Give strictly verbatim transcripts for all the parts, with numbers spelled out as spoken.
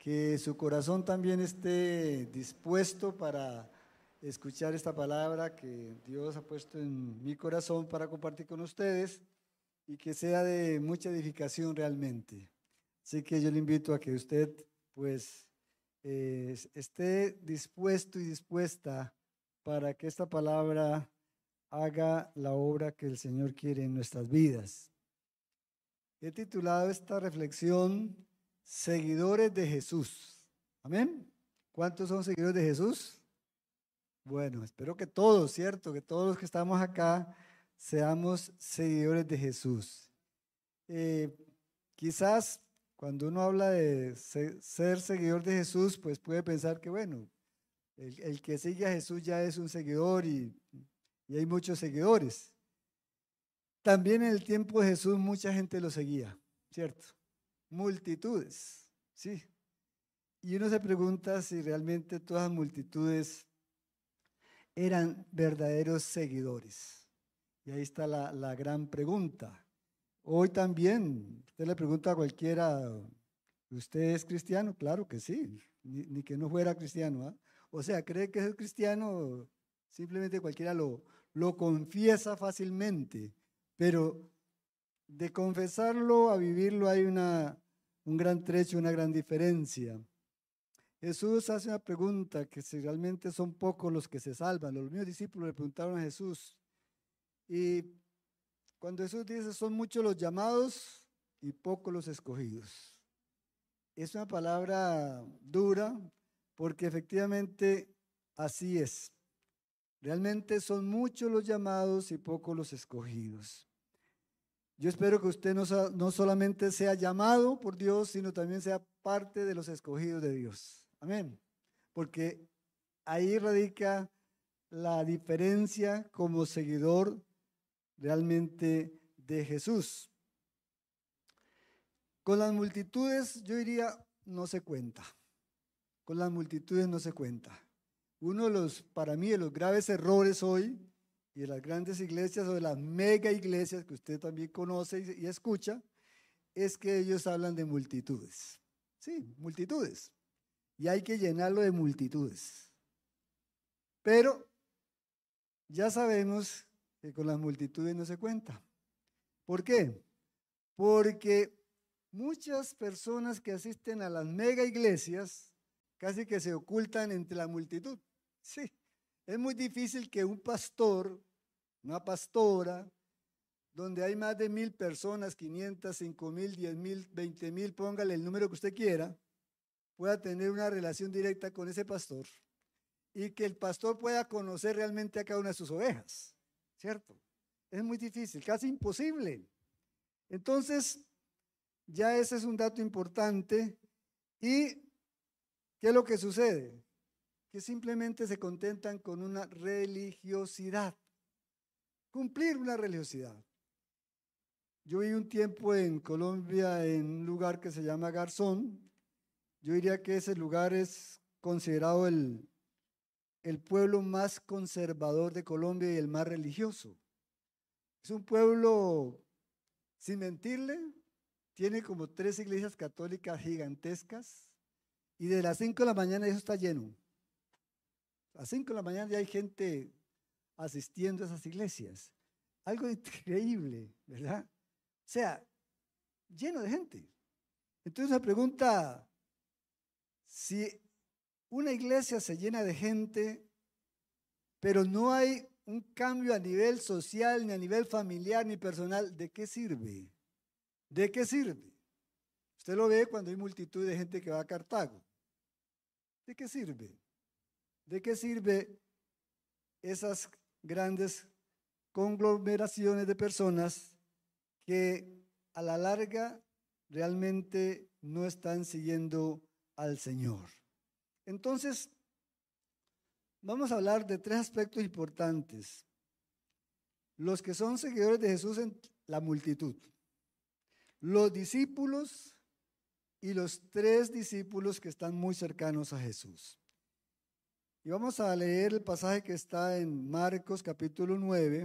que su corazón también esté dispuesto para escuchar esta palabra que Dios ha puesto en mi corazón para compartir con ustedes y que sea de mucha edificación realmente. Así que yo le invito a que usted pues eh, esté dispuesto y dispuesta para que esta palabra haga la obra que el Señor quiere en nuestras vidas. He titulado esta reflexión Seguidores de Jesús. Amén. ¿Cuántos son seguidores de Jesús? Bueno, espero que todos, ¿cierto? Que todos los que estamos acá seamos seguidores de Jesús. Eh, quizás cuando uno habla de se, ser seguidor de Jesús, pues puede pensar que, bueno, el, el que sigue a Jesús ya es un seguidor y, y hay muchos seguidores. También en el tiempo de Jesús mucha gente lo seguía, ¿cierto? Multitudes, sí. Y uno se pregunta si realmente todas las multitudes eran verdaderos seguidores. Y ahí está la, la gran pregunta. Hoy también, usted le pregunta a cualquiera, ¿usted es cristiano? Claro que sí, ni, ni que no fuera cristiano. ¿eh? O sea, ¿cree que es cristiano? Simplemente cualquiera lo, lo confiesa fácilmente. Pero de confesarlo a vivirlo hay una, un gran trecho, una gran diferencia. Jesús hace una pregunta que si realmente son pocos los que se salvan. Los mismos discípulos le preguntaron a Jesús. Y cuando Jesús dice, son muchos los llamados y pocos los escogidos. Es una palabra dura porque efectivamente así es. Realmente son muchos los llamados y pocos los escogidos. Yo espero que usted no, no solamente sea llamado por Dios, sino también sea parte de los escogidos de Dios. Amén. Porque ahí radica la diferencia como seguidor realmente de Jesús. Con las multitudes, yo diría, no se cuenta. Con las multitudes no se cuenta. Uno de los, para mí, de los graves errores hoy, y de las grandes iglesias o de las mega iglesias que usted también conoce y, y escucha, es que ellos hablan de multitudes. Sí, multitudes. Y hay que llenarlo de multitudes. Pero ya sabemos que con las multitudes no se cuenta. ¿Por qué? Porque muchas personas que asisten a las mega iglesias casi que se ocultan entre la multitud. Sí. Es muy difícil que un pastor, una pastora, donde hay más de mil personas, quinientas, cinco mil, diez mil, veinte mil, póngale el número que usted quiera, pueda tener una relación directa con ese pastor y que el pastor pueda conocer realmente a cada una de sus ovejas, ¿cierto? Es muy difícil, casi imposible. Entonces, ya ese es un dato importante. ¿Y qué es lo que sucede? Que simplemente se contentan con una religiosidad, cumplir una religiosidad. Yo viví un tiempo en Colombia en un lugar que se llama Garzón. Yo diría que ese lugar es considerado el, el pueblo más conservador de Colombia y el más religioso. Es un pueblo, sin mentirle, tiene como tres iglesias católicas gigantescas y de las cinco de la mañana eso está lleno. A las cinco de la mañana ya hay gente asistiendo a esas iglesias. Algo increíble, ¿verdad? O sea, lleno de gente. Entonces se pregunta, si una iglesia se llena de gente, pero no hay un cambio a nivel social, ni a nivel familiar, ni personal, ¿de qué sirve? ¿De qué sirve? Usted lo ve cuando hay multitud de gente que va a Cartago. ¿De qué sirve? ¿De qué sirve esas grandes conglomeraciones de personas que a la larga realmente no están siguiendo al Señor? Entonces, vamos a hablar de tres aspectos importantes. Los que son seguidores de Jesús en la multitud, los discípulos y los tres discípulos que están muy cercanos a Jesús. Y vamos a leer el pasaje que está en Marcos capítulo nueve,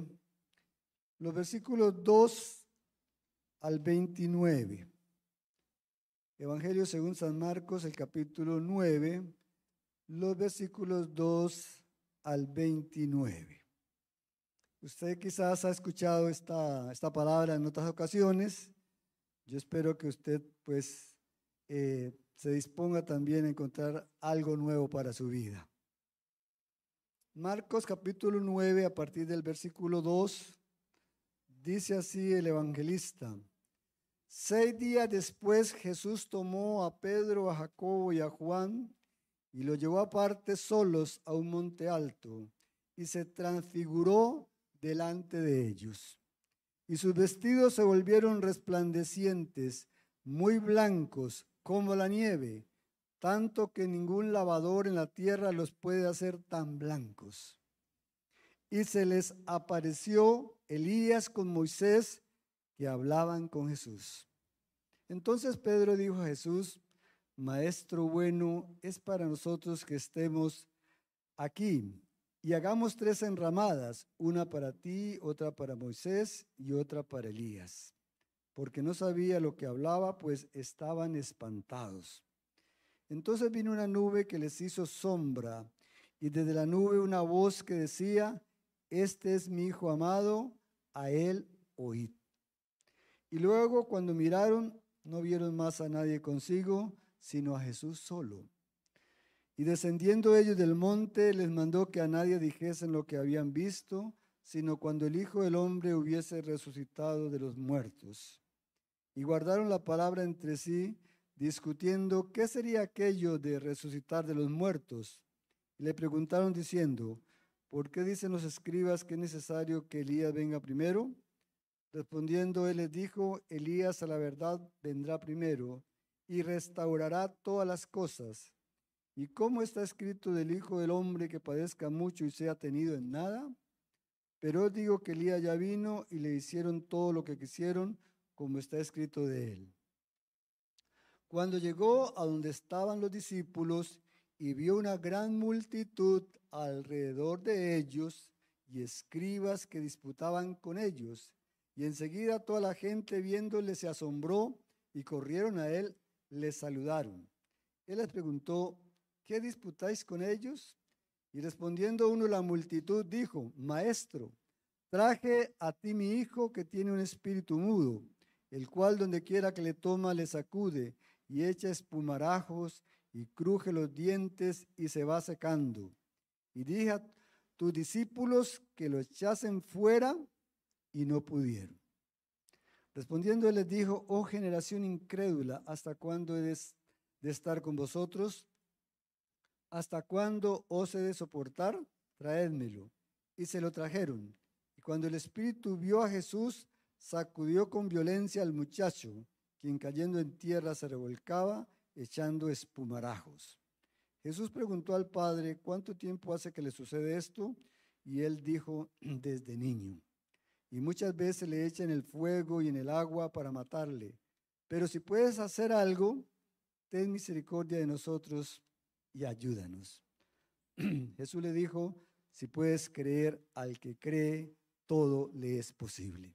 los versículos dos al veintinueve. Evangelio según San Marcos, el capítulo nueve, los versículos dos al veintinueve. Usted quizás ha escuchado esta, esta palabra en otras ocasiones. Yo espero que usted pues eh, se disponga también a encontrar algo nuevo para su vida. Marcos capítulo nueve, a partir del versículo dos, dice así el evangelista: Seis días después Jesús tomó a Pedro, a Jacobo y a Juan y los llevó aparte solos a un monte alto y se transfiguró delante de ellos. Y sus vestidos se volvieron resplandecientes, muy blancos como la nieve, tanto que ningún lavador en la tierra los puede hacer tan blancos. Y se les apareció Elías con Moisés, que hablaban con Jesús. Entonces Pedro dijo a Jesús: Maestro bueno, es para nosotros que estemos aquí y hagamos tres enramadas, una para ti, otra para Moisés y otra para Elías. Porque no sabía lo que hablaba, pues estaban espantados. Entonces vino una nube que les hizo sombra, y desde la nube una voz que decía: Este es mi Hijo amado, a él oíd. Y luego, cuando miraron, no vieron más a nadie consigo, sino a Jesús solo. Y descendiendo ellos del monte, les mandó que a nadie dijesen lo que habían visto, sino cuando el Hijo del Hombre hubiese resucitado de los muertos. Y guardaron la palabra entre sí, discutiendo qué sería aquello de resucitar de los muertos. Y le preguntaron diciendo: ¿por qué dicen los escribas que es necesario que Elías venga primero? Respondiendo él les dijo: Elías a la verdad vendrá primero y restaurará todas las cosas. ¿Y cómo está escrito del Hijo del Hombre que padezca mucho y sea tenido en nada? Pero os digo que Elías ya vino y le hicieron todo lo que quisieron, como está escrito de él. Cuando llegó a donde estaban los discípulos y vio una gran multitud alrededor de ellos y escribas que disputaban con ellos, y enseguida toda la gente viéndole se asombró y corrieron a él, le saludaron. Él les preguntó: ¿qué disputáis con ellos? Y respondiendo uno de la multitud dijo: Maestro, traje a ti mi hijo que tiene un espíritu mudo, el cual donde quiera que le toma le sacude y echa espumarajos y cruje los dientes y se va secando. Y dije a tus discípulos que lo echasen fuera y no pudieron. Respondiendo él les dijo: oh generación incrédula, ¿hasta cuándo he de, de estar con vosotros? ¿Hasta cuándo os he de soportar? Traédmelo. Y se lo trajeron. Y cuando el espíritu vio a Jesús, sacudió con violencia al muchacho, quien cayendo en tierra se revolcaba, echando espumarajos. Jesús preguntó al padre: ¿cuánto tiempo hace que le sucede esto? Y él dijo: desde niño. Y muchas veces le echan el fuego y en el agua para matarle. Pero si puedes hacer algo, ten misericordia de nosotros y ayúdanos. Jesús le dijo: si puedes creer, al que cree, todo le es posible.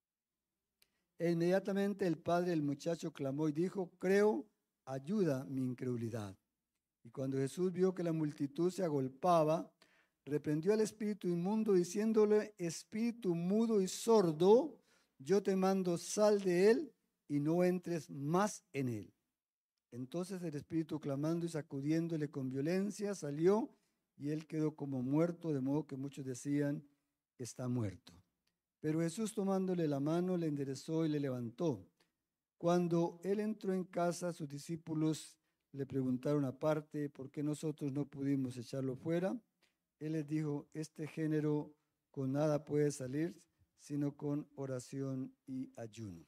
E inmediatamente el padre del muchacho clamó y dijo: creo, ayuda mi incredulidad. Y cuando Jesús vio que la multitud se agolpaba, reprendió al espíritu inmundo diciéndole: espíritu mudo y sordo, yo te mando, sal de él y no entres más en él. Entonces el espíritu, clamando y sacudiéndole con violencia, salió y él quedó como muerto, de modo que muchos decían: está muerto. Pero Jesús, tomándole la mano, le enderezó y le levantó. Cuando él entró en casa, sus discípulos le preguntaron aparte: ¿por qué nosotros no pudimos echarlo fuera? Él les dijo: este género con nada puede salir, sino con oración y ayuno.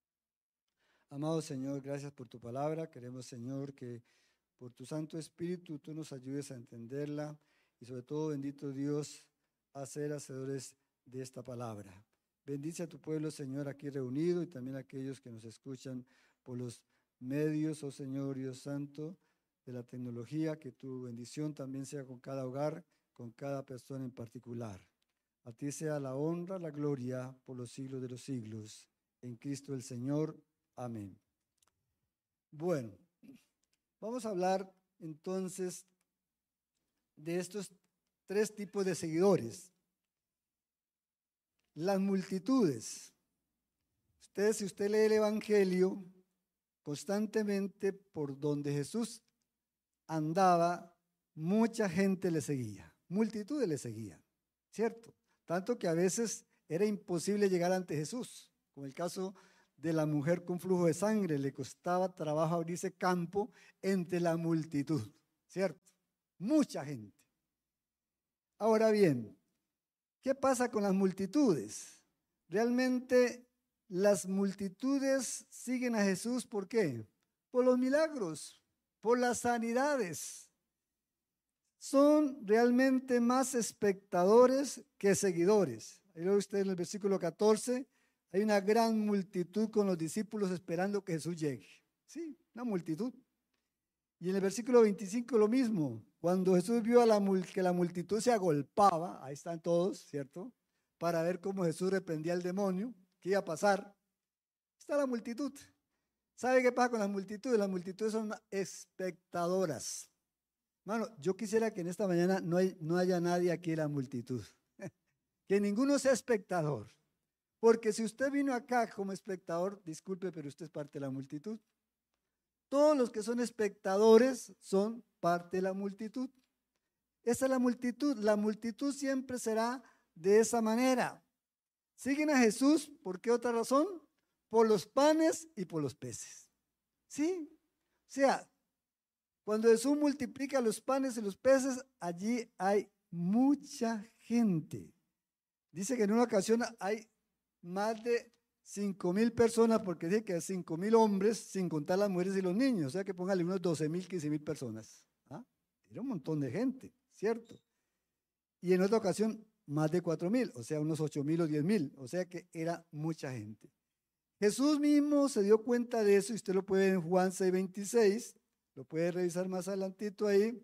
Amado Señor, gracias por tu palabra. Queremos, Señor, que por tu Santo Espíritu tú nos ayudes a entenderla y sobre todo, bendito Dios, a ser hacedores de esta palabra. Bendice a tu pueblo, Señor, aquí reunido y también a aquellos que nos escuchan por los medios, oh Señor Dios Santo, de la tecnología. Que tu bendición también sea con cada hogar, con cada persona en particular. A ti sea la honra, la gloria por los siglos de los siglos. En Cristo el Señor. Amén. Bueno, vamos a hablar entonces de estos tres tipos de seguidores. Las multitudes. Ustedes, si usted lee el Evangelio, constantemente por donde Jesús andaba, mucha gente le seguía, multitudes le seguían, ¿cierto? Tanto que a veces era imposible llegar ante Jesús, como el caso de la mujer con flujo de sangre, le costaba trabajo abrirse campo entre la multitud, ¿cierto? Mucha gente. Ahora bien, ¿qué pasa con las multitudes? Realmente las multitudes siguen a Jesús, ¿por qué? Por los milagros, por las sanidades. Son realmente más espectadores que seguidores. Ahí lo ve usted en el versículo catorce, hay una gran multitud con los discípulos esperando que Jesús llegue. Sí, una multitud. Y en el versículo veinticinco lo mismo, cuando Jesús vio a la, que la multitud se agolpaba, ahí están todos, ¿cierto? Para ver cómo Jesús reprendía al demonio, qué iba a pasar. Está la multitud. ¿Sabe qué pasa con las multitudes? Las multitudes son espectadoras. Hermano, yo quisiera que en esta mañana no, hay, no haya nadie aquí en la multitud. Que ninguno sea espectador. Porque si usted vino acá como espectador, disculpe, pero usted es parte de la multitud. Todos los que son espectadores son parte de la multitud. Esa es la multitud. La multitud siempre será de esa manera. Siguen a Jesús, ¿por qué otra razón? Por los panes y por los peces. ¿Sí? O sea, cuando Jesús multiplica los panes y los peces, allí hay mucha gente. Dice que en una ocasión hay más de cinco mil personas, porque dice que cinco mil hombres, sin contar las mujeres y los niños, o sea que póngale unos doce mil, quince mil personas. ¿Ah? Era un montón de gente, ¿cierto? Y en otra ocasión, más de cuatro mil, o sea, unos ocho mil o diez mil, o sea que era mucha gente. Jesús mismo se dio cuenta de eso, y usted lo puede ver en Juan seis veintiséis, lo puede revisar más adelantito ahí.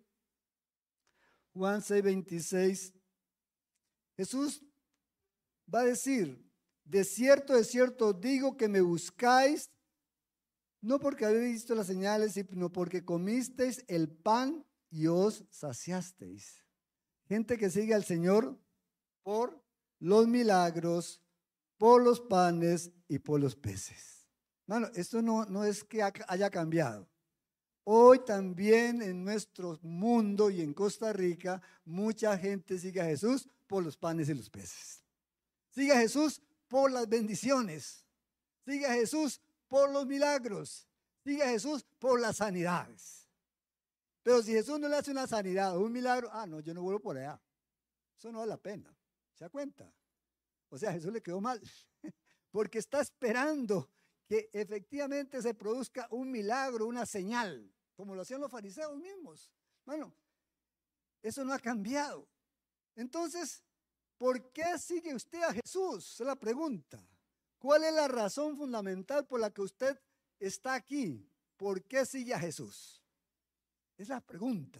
Juan seis veintiséis. Jesús va a decir: de cierto, de cierto digo que me buscáis, no porque habéis visto las señales, sino porque comisteis el pan y os saciasteis. Gente que sigue al Señor por los milagros, por los panes y por los peces. Bueno, esto no, no es que haya cambiado. Hoy también en nuestro mundo y en Costa Rica, mucha gente sigue a Jesús por los panes y los peces. Sigue a Jesús por las bendiciones. Sigue a Jesús por los milagros. Sigue a Jesús por las sanidades. Pero si Jesús no le hace una sanidad o un milagro, ah, no, yo no vuelvo por allá. Eso no vale la pena. ¿Se da cuenta? O sea, a Jesús le quedó mal. Porque está esperando que efectivamente se produzca un milagro, una señal, como lo hacían los fariseos mismos. Bueno, eso no ha cambiado. Entonces, ¿por qué sigue usted a Jesús? Es la pregunta. ¿Cuál es la razón fundamental por la que usted está aquí? ¿Por qué sigue a Jesús? Es la pregunta.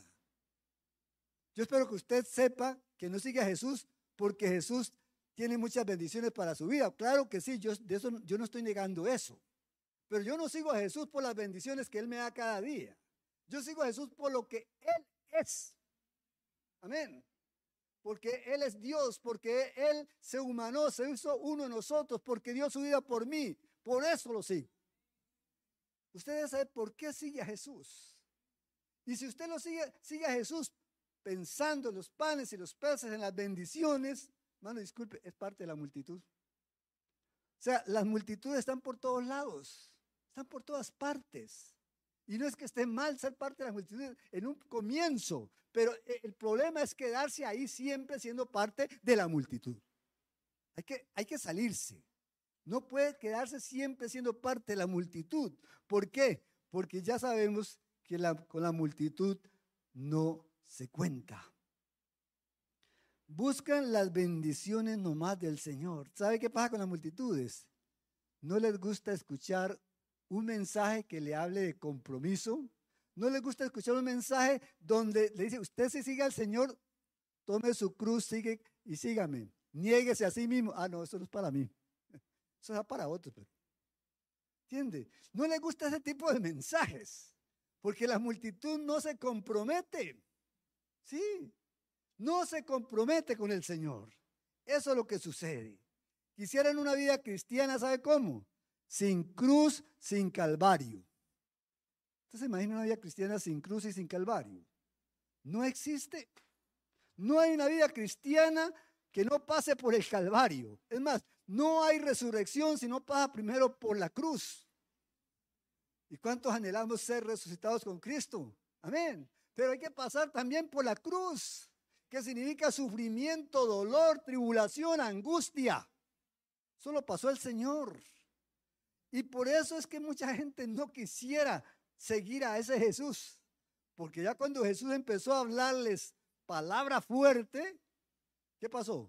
Yo espero que usted sepa que no sigue a Jesús porque Jesús tiene muchas bendiciones para su vida. Claro que sí, yo, de eso, yo no estoy negando eso. Pero yo no sigo a Jesús por las bendiciones que Él me da cada día. Yo sigo a Jesús por lo que Él es. Amén. Porque Él es Dios, porque Él se humanó, se hizo uno de nosotros, porque dio su vida por mí. Por eso lo sigo. Ustedes saben por qué sigue a Jesús. Y si usted lo sigue, sigue a Jesús pensando en los panes y los peces, en las bendiciones, hermano, disculpe, es parte de la multitud. O sea, las multitudes están por todos lados, están por todas partes. Y no es que esté mal ser parte de la multitud en un comienzo, pero el problema es quedarse ahí siempre siendo parte de la multitud. Hay que, hay que salirse. No puede quedarse siempre siendo parte de la multitud. ¿Por qué? Porque ya sabemos que la, con la multitud no se cuenta. Buscan las bendiciones nomás del Señor. ¿Sabe qué pasa con las multitudes? No les gusta escuchar un mensaje que le hable de compromiso. No les gusta escuchar un mensaje donde le dice: usted si sigue al Señor, tome su cruz, sigue y sígame. Niéguese a sí mismo. Ah, no, eso no es para mí. Eso es para otros. Pero. ¿Entiende? No le gusta ese tipo de mensajes, porque la multitud no se compromete. Sí, no se compromete con el Señor. Eso es lo que sucede. Quisieran una vida cristiana, ¿sabe cómo? Sin cruz, sin calvario. Entonces imagina una vida cristiana sin cruz y sin calvario. No existe. No hay una vida cristiana que no pase por el calvario. Es más, no hay resurrección si no pasa primero por la cruz. ¿Y cuántos anhelamos ser resucitados con Cristo? Amén. Pero hay que pasar también por la cruz, que significa sufrimiento, dolor, tribulación, angustia. Eso lo pasó el Señor. Y por eso es que mucha gente no quisiera seguir a ese Jesús. Porque ya cuando Jesús empezó a hablarles palabra fuerte, ¿qué pasó?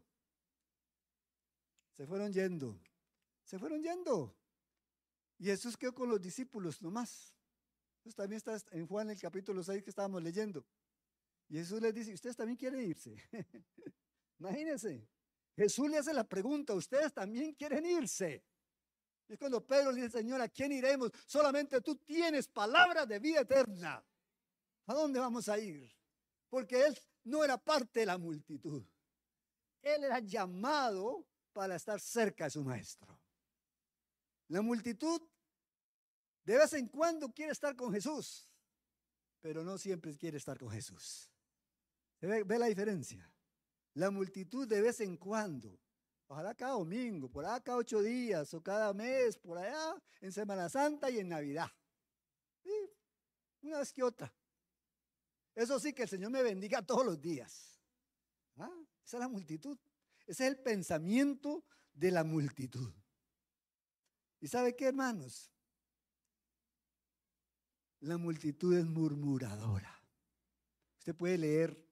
Se fueron yendo. Se fueron yendo. Y Jesús quedó con los discípulos nomás. Eso también está en Juan el capítulo seis que estábamos leyendo. Y Jesús les dice, ¿ustedes también quieren irse? Imagínense. Jesús le hace la pregunta, ¿ustedes también quieren irse? Y es cuando Pedro le dice, Señor, ¿a quién iremos? Solamente tú tienes palabra de vida eterna. ¿A dónde vamos a ir? Porque él no era parte de la multitud. Él era llamado para estar cerca de su maestro. La multitud de vez en cuando quiere estar con Jesús, pero no siempre quiere estar con Jesús. ¿Ve, ve la diferencia? La multitud de vez en cuando, ojalá cada domingo, por allá cada ocho días o cada mes, por allá en Semana Santa y en Navidad. ¿Sí? Una vez que otra. Eso sí, que el Señor me bendiga todos los días. ¿Ah? Esa es la multitud. Ese es el pensamiento de la multitud. ¿Y sabe qué, hermanos? La multitud es murmuradora. Usted puede leer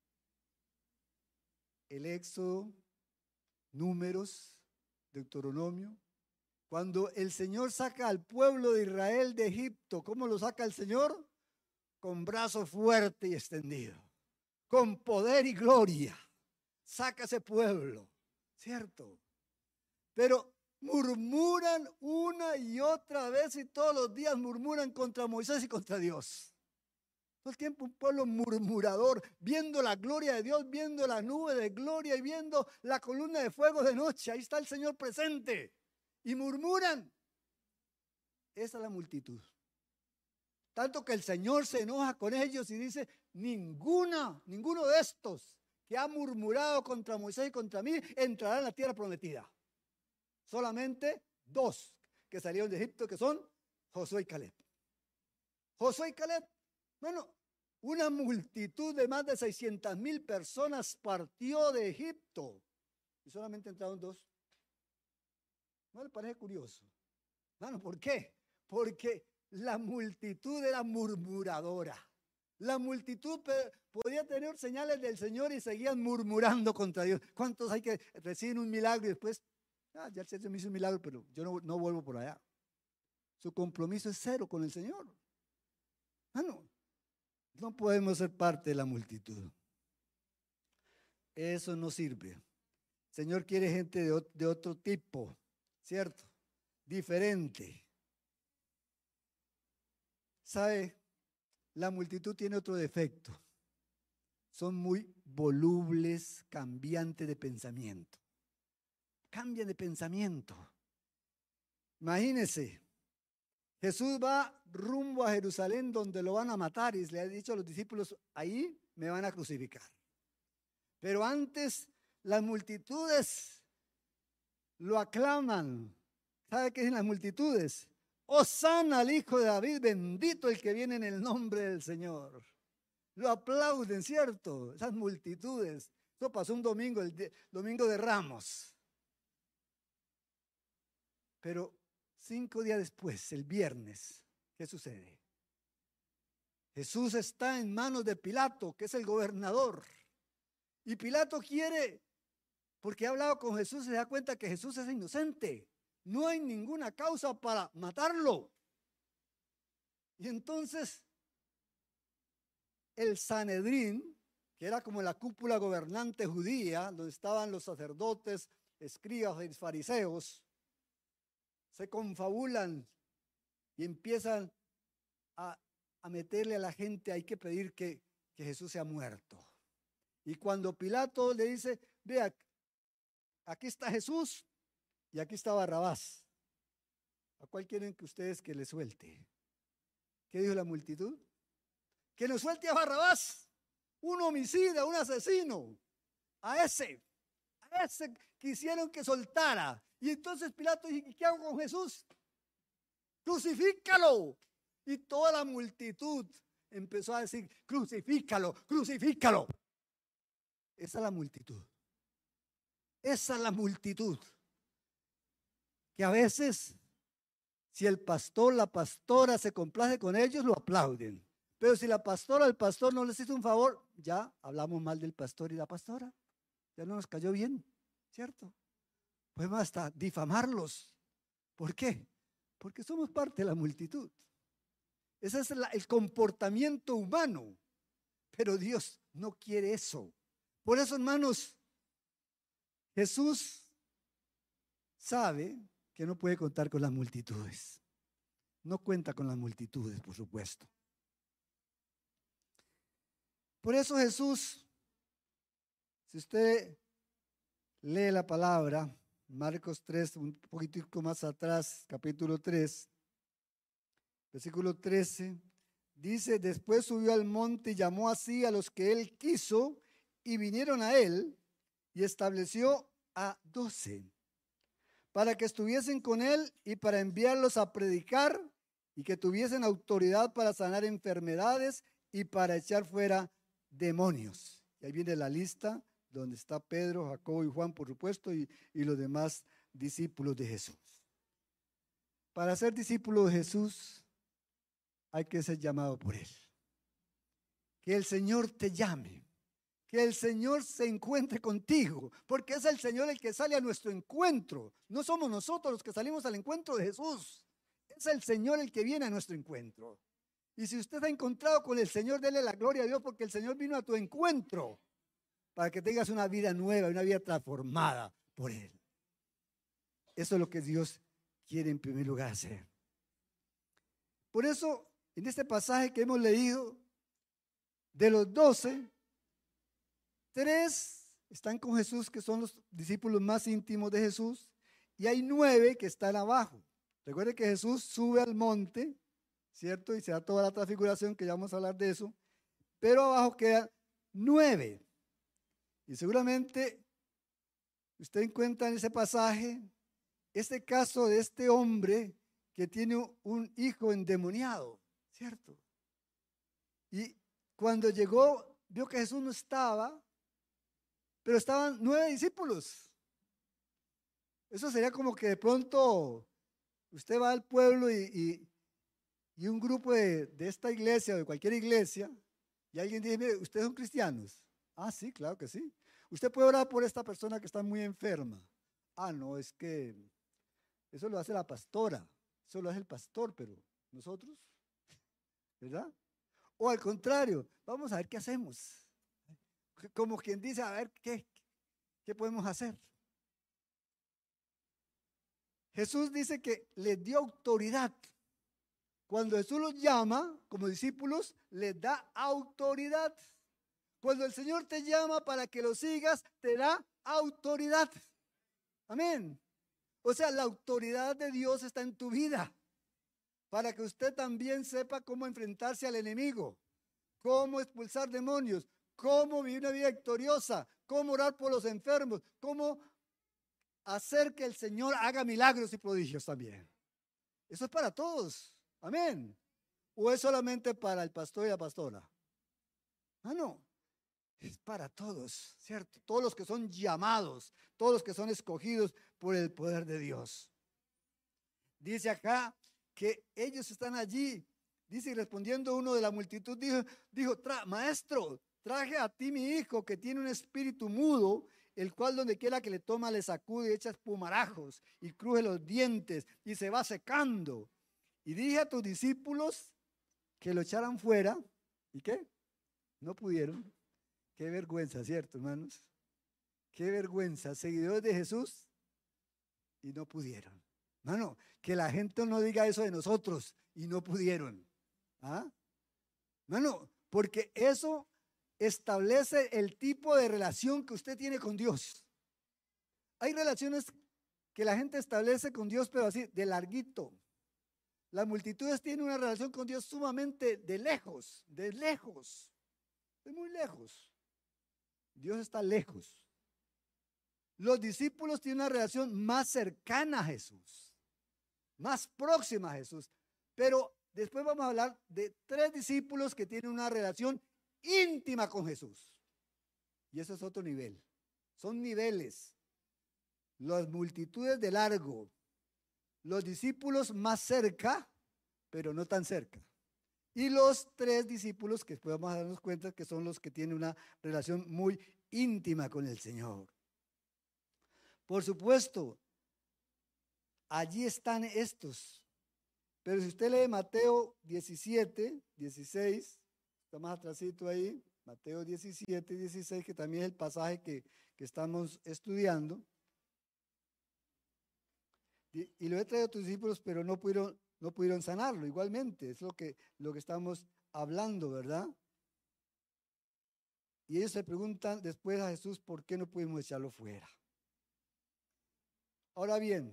el Éxodo, Números, Deuteronomio. Cuando el Señor saca al pueblo de Israel de Egipto, ¿cómo lo saca el Señor? Con brazo fuerte y extendido, con poder y gloria. Saca ese pueblo, ¿cierto? Pero murmuran una y otra vez y todos los días murmuran contra Moisés y contra Dios. Todo el tiempo un pueblo murmurador, viendo la gloria de Dios, viendo la nube de gloria y viendo la columna de fuego de noche. Ahí está el Señor presente. Y murmuran. Esa es la multitud. Tanto que el Señor se enoja con ellos y dice, ninguna, ninguno de estos que ha murmurado contra Moisés y contra mí entrará en la tierra prometida. Solamente dos que salieron de Egipto, que son Josué y Caleb. Josué y Caleb, bueno, una multitud de más de seiscientas mil personas partió de Egipto y solamente entraron dos. ¿No le parece curioso? Bueno, ¿por qué? Porque la multitud era murmuradora. La multitud podía tener señales del Señor y seguían murmurando contra Dios. ¿Cuántos hay que reciben un milagro y después, ah, ya el Señor me hizo un milagro, pero yo no, no vuelvo por allá? Su compromiso es cero con el Señor. Ah, no, no podemos ser parte de la multitud. Eso no sirve. El Señor quiere gente de, de otro tipo, ¿cierto? Diferente. ¿Sabe? La multitud tiene otro defecto. Son muy volubles, cambiantes de pensamiento. Cambian de pensamiento. Imagínense, Jesús va rumbo a Jerusalén donde lo van a matar y le ha dicho a los discípulos, ahí me van a crucificar. Pero antes las multitudes lo aclaman. ¿Sabe qué dicen las multitudes? Hosana al Hijo de David, bendito el que viene en el nombre del Señor. Lo aplauden, ¿cierto? Esas multitudes. Eso pasó un domingo, el de, domingo de Ramos. Pero cinco días después, el viernes, ¿qué sucede? Jesús está en manos de Pilato, que es el gobernador. Y Pilato quiere, porque ha hablado con Jesús, se da cuenta que Jesús es inocente. No hay ninguna causa para matarlo. Y entonces el Sanedrín, que era como la cúpula gobernante judía, donde estaban los sacerdotes, escribas y fariseos, se confabulan y empiezan a, a meterle a la gente, hay que pedir que, que Jesús sea muerto. Y cuando Pilato le dice, vea, aquí está Jesús y aquí está Barrabás, ¿a cuál quieren que ustedes que le suelte? ¿Qué dijo la multitud? Que nos suelte a Barrabás, un homicida, un asesino, a ese, a ese quisieron que soltara. Y entonces Pilato dijo, ¿qué hago con Jesús? Crucifícalo. Y toda la multitud empezó a decir, crucifícalo, crucifícalo. Esa es la multitud. Esa es la multitud. Que a veces, si el pastor, la pastora se complace con ellos, lo aplauden. Pero si la pastora o el pastor no les hizo un favor, ya hablamos mal del pastor y la pastora. Ya no nos cayó bien, ¿cierto? Podemos hasta difamarlos. ¿Por qué? Porque somos parte de la multitud. Ese es la, el comportamiento humano. Pero Dios no quiere eso. Por eso, hermanos, Jesús sabe que no puede contar con las multitudes. No cuenta con las multitudes, por supuesto. Por eso Jesús, si usted lee la palabra, Marcos tres, un poquitico más atrás, capítulo tres, versículo trece, dice, después subió al monte y llamó así a los que él quiso y vinieron a él y estableció a doce para que estuviesen con él y para enviarlos a predicar y que tuviesen autoridad para sanar enfermedades y para echar fuera demonios. Y ahí viene la lista donde está Pedro, Jacobo y Juan, por supuesto, y, y los demás discípulos de Jesús. Para ser discípulo de Jesús hay que ser llamado por él. Que el Señor te llame, que el Señor se encuentre contigo, porque es el Señor el que sale a nuestro encuentro. No somos nosotros los que salimos al encuentro de Jesús. Es el Señor el que viene a nuestro encuentro. Y si usted ha encontrado con el Señor, dele la gloria a Dios porque el Señor vino a tu encuentro para que tengas una vida nueva, una vida transformada por Él. Eso es lo que Dios quiere en primer lugar hacer. Por eso, en este pasaje que hemos leído, de los doce, tres están con Jesús, que son los discípulos más íntimos de Jesús, y hay nueve que están abajo. Recuerde que Jesús sube al monte, ¿cierto? Y se da toda la transfiguración, que ya vamos a hablar de eso. Pero abajo quedan nueve. Y seguramente usted encuentra en ese pasaje este caso de este hombre que tiene un hijo endemoniado, ¿cierto? Y cuando llegó, vio que Jesús no estaba, pero estaban nueve discípulos. Eso sería como que de pronto usted va al pueblo y... y Y un grupo de, de esta iglesia o de cualquier iglesia, y alguien dice, mire, ¿ustedes son cristianos? Ah, sí, claro que sí. Usted puede orar por esta persona que está muy enferma. Ah, no, es que eso lo hace la pastora, eso lo hace el pastor, pero nosotros, ¿verdad? O al contrario, vamos a ver qué hacemos. Como quien dice, a ver qué, qué podemos hacer. Jesús dice que les dio autoridad. Cuando Jesús los llama como discípulos, les da autoridad. Cuando el Señor te llama para que lo sigas, te da autoridad. Amén. O sea, la autoridad de Dios está en tu vida, para que usted también sepa cómo enfrentarse al enemigo, cómo expulsar demonios, cómo vivir una vida victoriosa, cómo orar por los enfermos, cómo hacer que el Señor haga milagros y prodigios también. Eso es para todos. Amén. ¿O es solamente para el pastor y la pastora? Ah, no. Es para todos, ¿cierto? Todos los que son llamados, todos los que son escogidos por el poder de Dios. Dice acá que ellos están allí. Dice, y respondiendo uno de la multitud, dijo, dijo Tra, maestro, traje a ti mi hijo que tiene un espíritu mudo, el cual donde quiera que le toma le sacude y echa espumarajos y cruje los dientes y se va secando. Y dije a tus discípulos que lo echaran fuera. ¿Y qué? No pudieron. Qué vergüenza, ¿cierto, hermanos? Qué vergüenza. Seguidores de Jesús y no pudieron. Mano, que la gente no diga eso de nosotros y no pudieron. ¿Ah? Mano, porque eso establece el tipo de relación que usted tiene con Dios. Hay relaciones que la gente establece con Dios, pero así, de larguito. Las multitudes tienen una relación con Dios sumamente de lejos, de lejos, de muy lejos. Dios está lejos. Los discípulos tienen una relación más cercana a Jesús, más próxima a Jesús. Pero después vamos a hablar de tres discípulos que tienen una relación íntima con Jesús. Y eso es otro nivel. Son niveles. Las multitudes de largo, los discípulos más cerca, pero no tan cerca. Y los tres discípulos que después vamos a darnos cuenta que son los que tienen una relación muy íntima con el Señor. Por supuesto, allí están estos. Pero si usted lee Mateo diecisiete, dieciséis, está más atrásito ahí, Mateo diecisiete, dieciséis, que también es el pasaje que, que estamos estudiando. Y, y lo he traído a tus discípulos, pero no pudieron, no pudieron sanarlo. Igualmente, es lo que, lo que estamos hablando, ¿verdad? Y ellos se preguntan después a Jesús, ¿por qué no pudimos echarlo fuera? Ahora bien,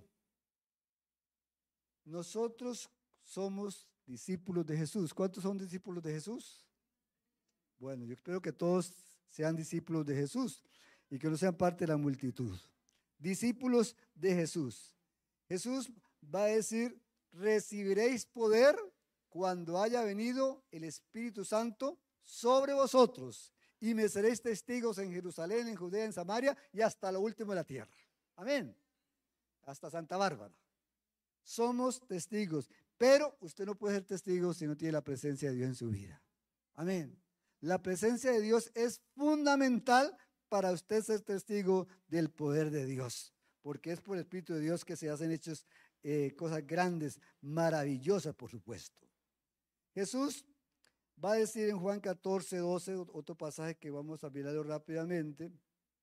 nosotros somos discípulos de Jesús. ¿Cuántos son discípulos de Jesús? Bueno, yo espero que todos sean discípulos de Jesús y que no sean parte de la multitud. Discípulos de Jesús. Jesús va a decir, recibiréis poder cuando haya venido el Espíritu Santo sobre vosotros y me seréis testigos en Jerusalén, en Judea, en Samaria y hasta lo último de la tierra. Amén. Hasta Santa Bárbara. Somos testigos, pero usted no puede ser testigo si no tiene la presencia de Dios en su vida. Amén. La presencia de Dios es fundamental para usted ser testigo del poder de Dios, porque es por el Espíritu de Dios que se hacen hechos, eh, cosas grandes, maravillosas, por supuesto. Jesús va a decir en Juan catorce, doce, otro pasaje que vamos a mirarlo rápidamente.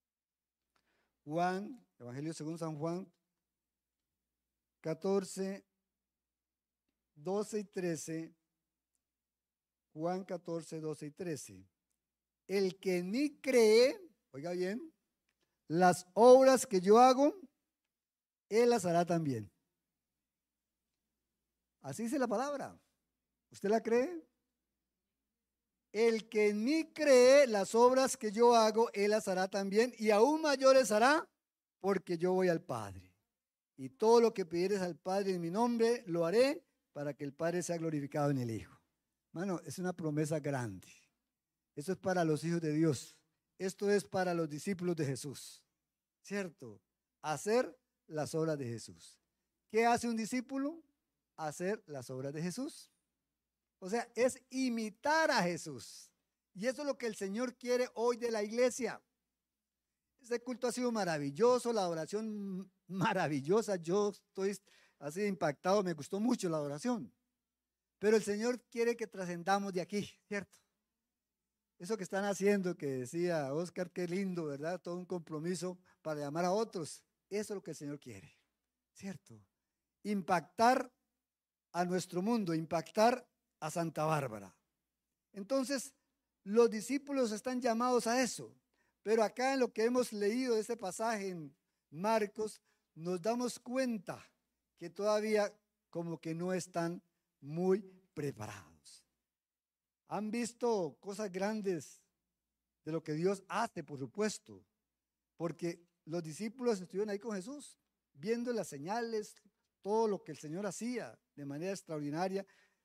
Juan, Evangelio según San Juan, catorce, doce y trece. Juan catorce, doce y trece. El que en mí cree, oiga bien, las obras que yo hago, él las hará también. Así dice la palabra. ¿Usted la cree? El que en mí cree las obras que yo hago, él las hará también, y aún mayores hará, porque yo voy al Padre. Y todo lo que pidieres al Padre en mi nombre, lo haré, para que el Padre sea glorificado en el Hijo. Mano, es una promesa grande. Eso es para los hijos de Dios. Esto es para los discípulos de Jesús. ¿Cierto? Hacer las obras de Jesús. ¿Qué hace un discípulo? Hacer las obras de Jesús. O sea, es imitar a Jesús. Y eso es lo que el Señor quiere hoy de la iglesia. Este culto ha sido maravilloso, la adoración maravillosa. Yo estoy así impactado, me gustó mucho la adoración. Pero el Señor quiere que trascendamos de aquí, ¿cierto? Eso que están haciendo, que decía Oscar, qué lindo, ¿verdad? Todo un compromiso para llamar a otros. Eso es lo que el Señor quiere, ¿cierto? Impactar a nuestro mundo, impactar a Santa Bárbara. Entonces, los discípulos están llamados a eso. Pero acá en lo que hemos leído de este pasaje en Marcos, nos damos cuenta que todavía como que no están muy preparados. Han visto cosas grandes de lo que Dios hace, por supuesto, porque los discípulos estuvieron ahí con Jesús, viendo las señales, todo lo que el Señor hacía de manera extraordinaria,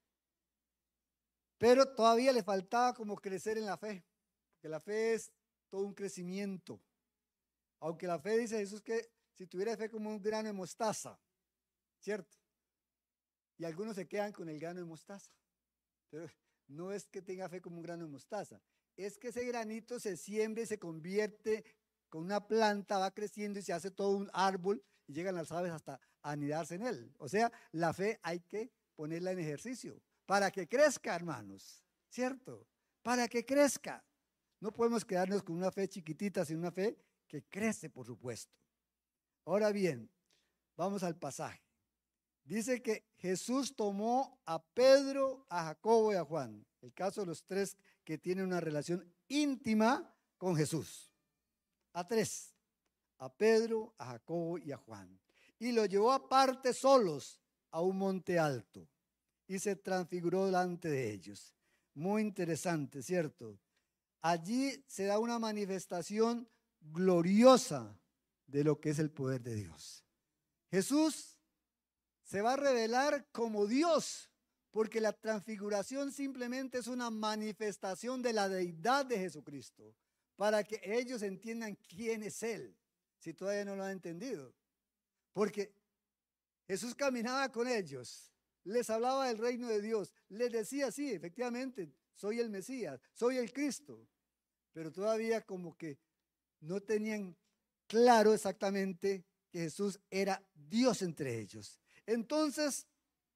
pero todavía le faltaba como crecer en la fe, porque la fe es todo un crecimiento. Aunque la fe, dice Jesús, que si tuviera fe como un grano de mostaza, ¿cierto? Y algunos se quedan con el grano de mostaza. Pero no es que tenga fe como un grano de mostaza, es que ese granito se siembra y se convierte con una planta, va creciendo y se hace todo un árbol y llegan las aves hasta a anidarse en él. O sea, la fe hay que ponerla en ejercicio para que crezca, hermanos, ¿cierto? Para que crezca. No podemos quedarnos con una fe chiquitita, sino una fe que crece, por supuesto. Ahora bien, vamos al pasaje. Dice que Jesús tomó a Pedro, a Jacobo y a Juan. El caso de los tres que tienen una relación íntima con Jesús. A tres. A Pedro, a Jacobo y a Juan. Y lo llevó aparte solos a un monte alto. Y se transfiguró delante de ellos. Muy interesante, ¿cierto? Allí se da una manifestación gloriosa de lo que es el poder de Dios. Jesús se va a revelar como Dios, porque la transfiguración simplemente es una manifestación de la deidad de Jesucristo, para que ellos entiendan quién es Él, si todavía no lo han entendido. Porque Jesús caminaba con ellos, les hablaba del reino de Dios, les decía, sí, efectivamente, soy el Mesías, soy el Cristo, pero todavía como que no tenían claro exactamente que Jesús era Dios entre ellos. Entonces,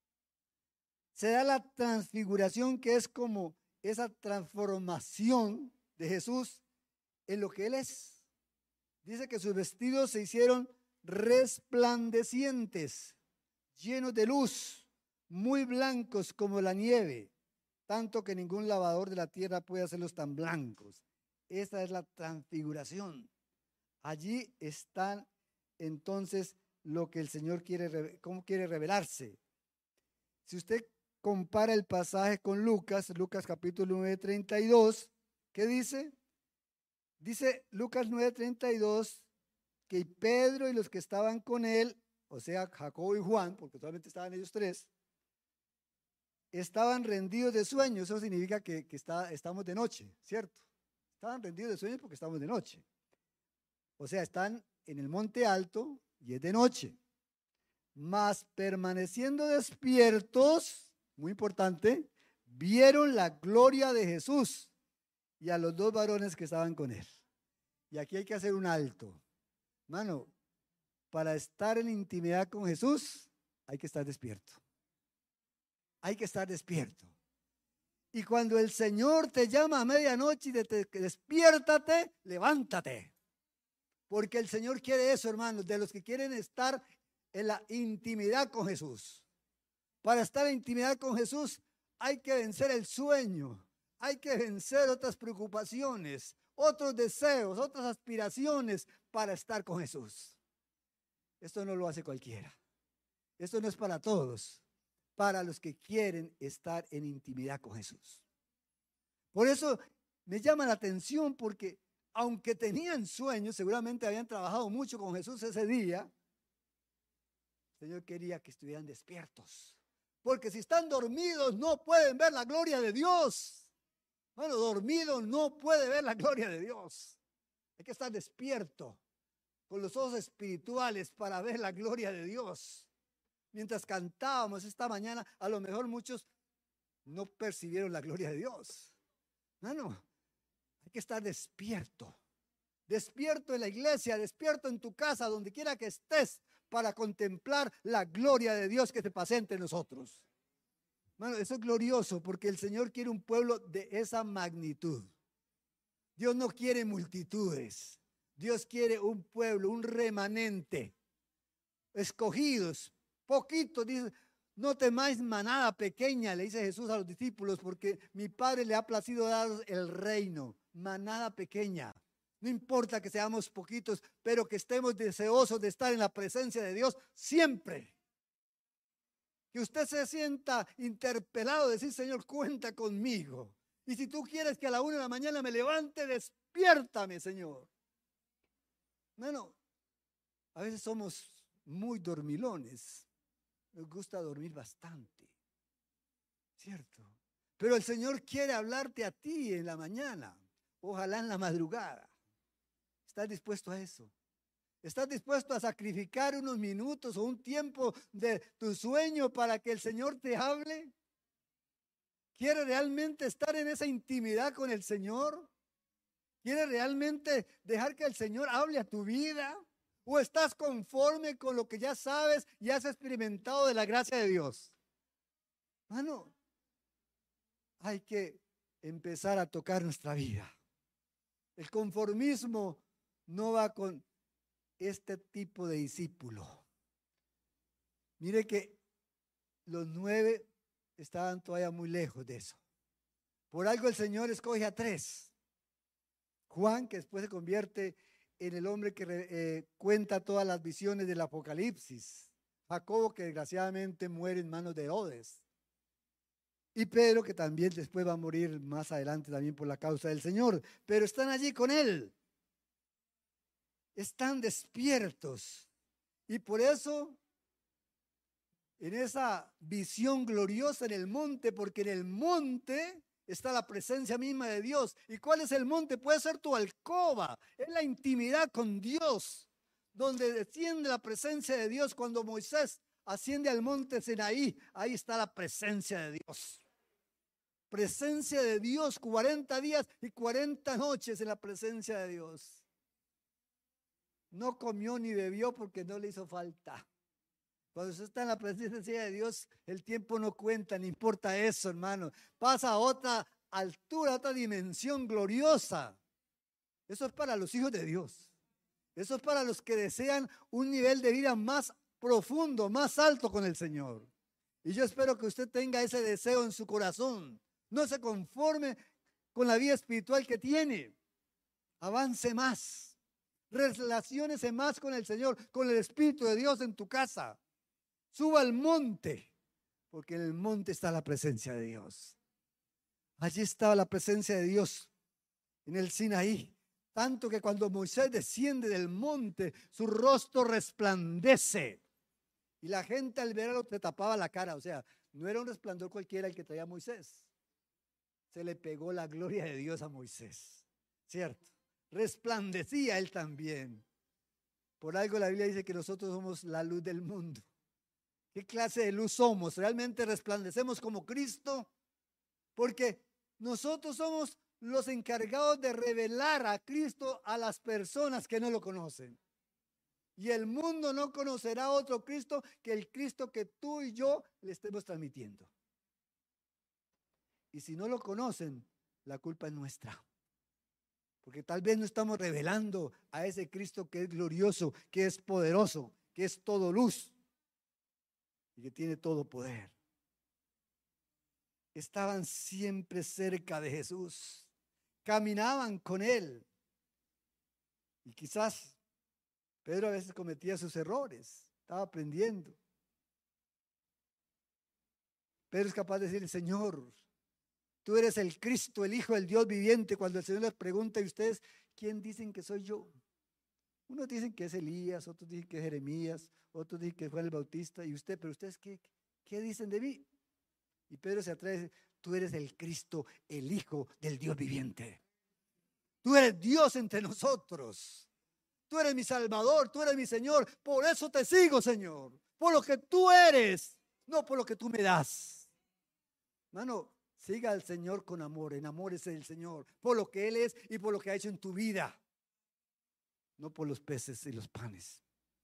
se da la transfiguración, que es como esa transformación de Jesús en lo que Él es. Dice que sus vestidos se hicieron resplandecientes, llenos de luz, muy blancos como la nieve, tanto que ningún lavador de la tierra puede hacerlos tan blancos. Esa es la transfiguración. Allí están entonces lo que el Señor quiere, cómo quiere revelarse. Si usted compara el pasaje con Lucas, Lucas capítulo nueve, treinta y dos, ¿qué dice? Dice Lucas nueve, treinta y dos, que Pedro y los que estaban con él, o sea, Jacobo y Juan, porque solamente estaban ellos tres, estaban rendidos de sueño. Eso significa que, que está, estamos de noche, ¿cierto? Estaban rendidos de sueño porque estamos de noche. O sea, están en el monte alto y es de noche. Mas permaneciendo despiertos, muy importante, vieron la gloria de Jesús y a los dos varones que estaban con él. Y aquí hay que hacer un alto. Mano, para estar en intimidad con Jesús hay que estar despierto. Hay que estar despierto. Y cuando el Señor te llama a medianoche y te, te, despiértate, levántate. Porque el Señor quiere eso, hermanos, de los que quieren estar en la intimidad con Jesús. Para estar en intimidad con Jesús hay que vencer el sueño, hay que vencer otras preocupaciones, otros deseos, otras aspiraciones para estar con Jesús. Esto no lo hace cualquiera. Esto no es para todos, para los que quieren estar en intimidad con Jesús. Por eso me llama la atención, porque aunque tenían sueños, seguramente habían trabajado mucho con Jesús ese día, el Señor quería que estuvieran despiertos. Porque si están dormidos no pueden ver la gloria de Dios. Bueno, dormido no puede ver la gloria de Dios. Hay que estar despierto con los ojos espirituales para ver la gloria de Dios. Mientras cantábamos esta mañana, a lo mejor muchos no percibieron la gloria de Dios. No, no. Hay que estar despierto. Despierto en la iglesia, despierto en tu casa, donde quiera que estés, para contemplar la gloria de Dios que te pasa entre nosotros. Bueno, eso es glorioso, porque el Señor quiere un pueblo de esa magnitud. Dios no quiere multitudes. Dios quiere un pueblo, un remanente, escogidos, poquitos. Dice, no temáis manada pequeña, le dice Jesús a los discípulos, porque mi Padre le ha placido dar el reino. Manada pequeña. No importa que seamos poquitos, pero que estemos deseosos de estar en la presencia de Dios siempre. Que usted se sienta interpelado, decir, Señor, cuenta conmigo. Y si tú quieres que a la una de la mañana me levante, despiértame, Señor. Bueno, a veces somos muy dormilones. Nos gusta dormir bastante, ¿cierto? Pero el Señor quiere hablarte a ti en la mañana, ojalá en la madrugada. ¿Estás dispuesto a eso? ¿Estás dispuesto a sacrificar unos minutos o un tiempo de tu sueño para que el Señor te hable? ¿Quieres realmente estar en esa intimidad con el Señor? ¿Quieres realmente dejar que el Señor hable a tu vida? ¿O estás conforme con lo que ya sabes y has experimentado de la gracia de Dios? Mano, hay que empezar a tocar nuestra vida. El conformismo no va con este tipo de discípulo. Mire que los nueve estaban todavía muy lejos de eso. Por algo el Señor escoge a tres. Juan, que después se convierte en el hombre que eh, cuenta todas las visiones del Apocalipsis. Jacobo, que desgraciadamente muere en manos de Herodes. Y Pedro, que también después va a morir más adelante también por la causa del Señor. Pero están allí con él. Están despiertos. Y por eso, en esa visión gloriosa en el monte, porque en el monte está la presencia misma de Dios. ¿Y cuál es el monte? Puede ser tu alcoba. Es la intimidad con Dios, donde desciende la presencia de Dios. Cuando Moisés asciende al monte Sinaí, ahí está la presencia de Dios. Presencia de Dios, cuarenta días y cuarenta noches en la presencia de Dios. No comió ni bebió porque no le hizo falta. Cuando usted está en la presencia de Dios, el tiempo no cuenta, no importa eso, hermano. Pasa a otra altura, a otra dimensión gloriosa. Eso es para los hijos de Dios. Eso es para los que desean un nivel de vida más profundo, más alto con el Señor. Y yo espero que usted tenga ese deseo en su corazón. No se conforme con la vida espiritual que tiene. Avance más. Relaciónese más con el Señor, con el Espíritu de Dios en tu casa. Suba al monte, porque en el monte está la presencia de Dios. Allí estaba la presencia de Dios en el Sinaí. Tanto que cuando Moisés desciende del monte, su rostro resplandece. Y la gente al verlo se tapaba la cara. O sea, no era un resplandor cualquiera el que traía Moisés. Se le pegó la gloria de Dios a Moisés. ¿Cierto? Resplandecía él también. Por algo la Biblia dice que nosotros somos la luz del mundo. ¿Qué clase de luz somos? ¿Realmente resplandecemos como Cristo? Porque nosotros somos los encargados de revelar a Cristo a las personas que no lo conocen. Y el mundo no conocerá otro Cristo que el Cristo que tú y yo le estemos transmitiendo. Y si no lo conocen, la culpa es nuestra. Porque tal vez no estamos revelando a ese Cristo que es glorioso, que es poderoso, que es todo luz y que tiene todo poder. Estaban siempre cerca de Jesús, caminaban con él. Y quizás Pedro a veces cometía sus errores, estaba aprendiendo. Pedro es capaz de decir: Señor, tú eres el Cristo, el Hijo del Dios viviente. Cuando el Señor les pregunta: ¿y ustedes quién dicen que soy yo? Unos dicen que es Elías, otros dicen que es Jeremías, otros dicen que fue el Bautista. ¿Y usted, pero ustedes qué, qué dicen de mí? Y Pedro se atreve a decir: tú eres el Cristo, el Hijo del Dios viviente. Tú eres Dios entre nosotros. Tú eres mi Salvador, tú eres mi Señor. Por eso te sigo, Señor. Por lo que tú eres, no por lo que tú me das. Hermano, siga al Señor con amor, enamórese del Señor por lo que Él es y por lo que ha hecho en tu vida, no por los peces y los panes.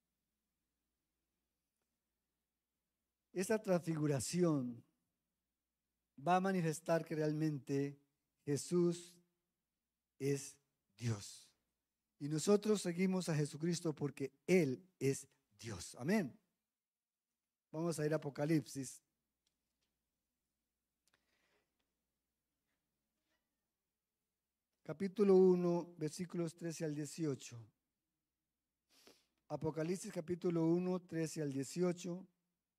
Esta transfiguración va a manifestar que realmente Jesús es Dios. Y nosotros seguimos a Jesucristo porque Él es Dios. Amén. Vamos a ir a Apocalipsis. Capítulo uno, versículos trece al dieciocho. Apocalipsis capítulo uno, trece al dieciocho.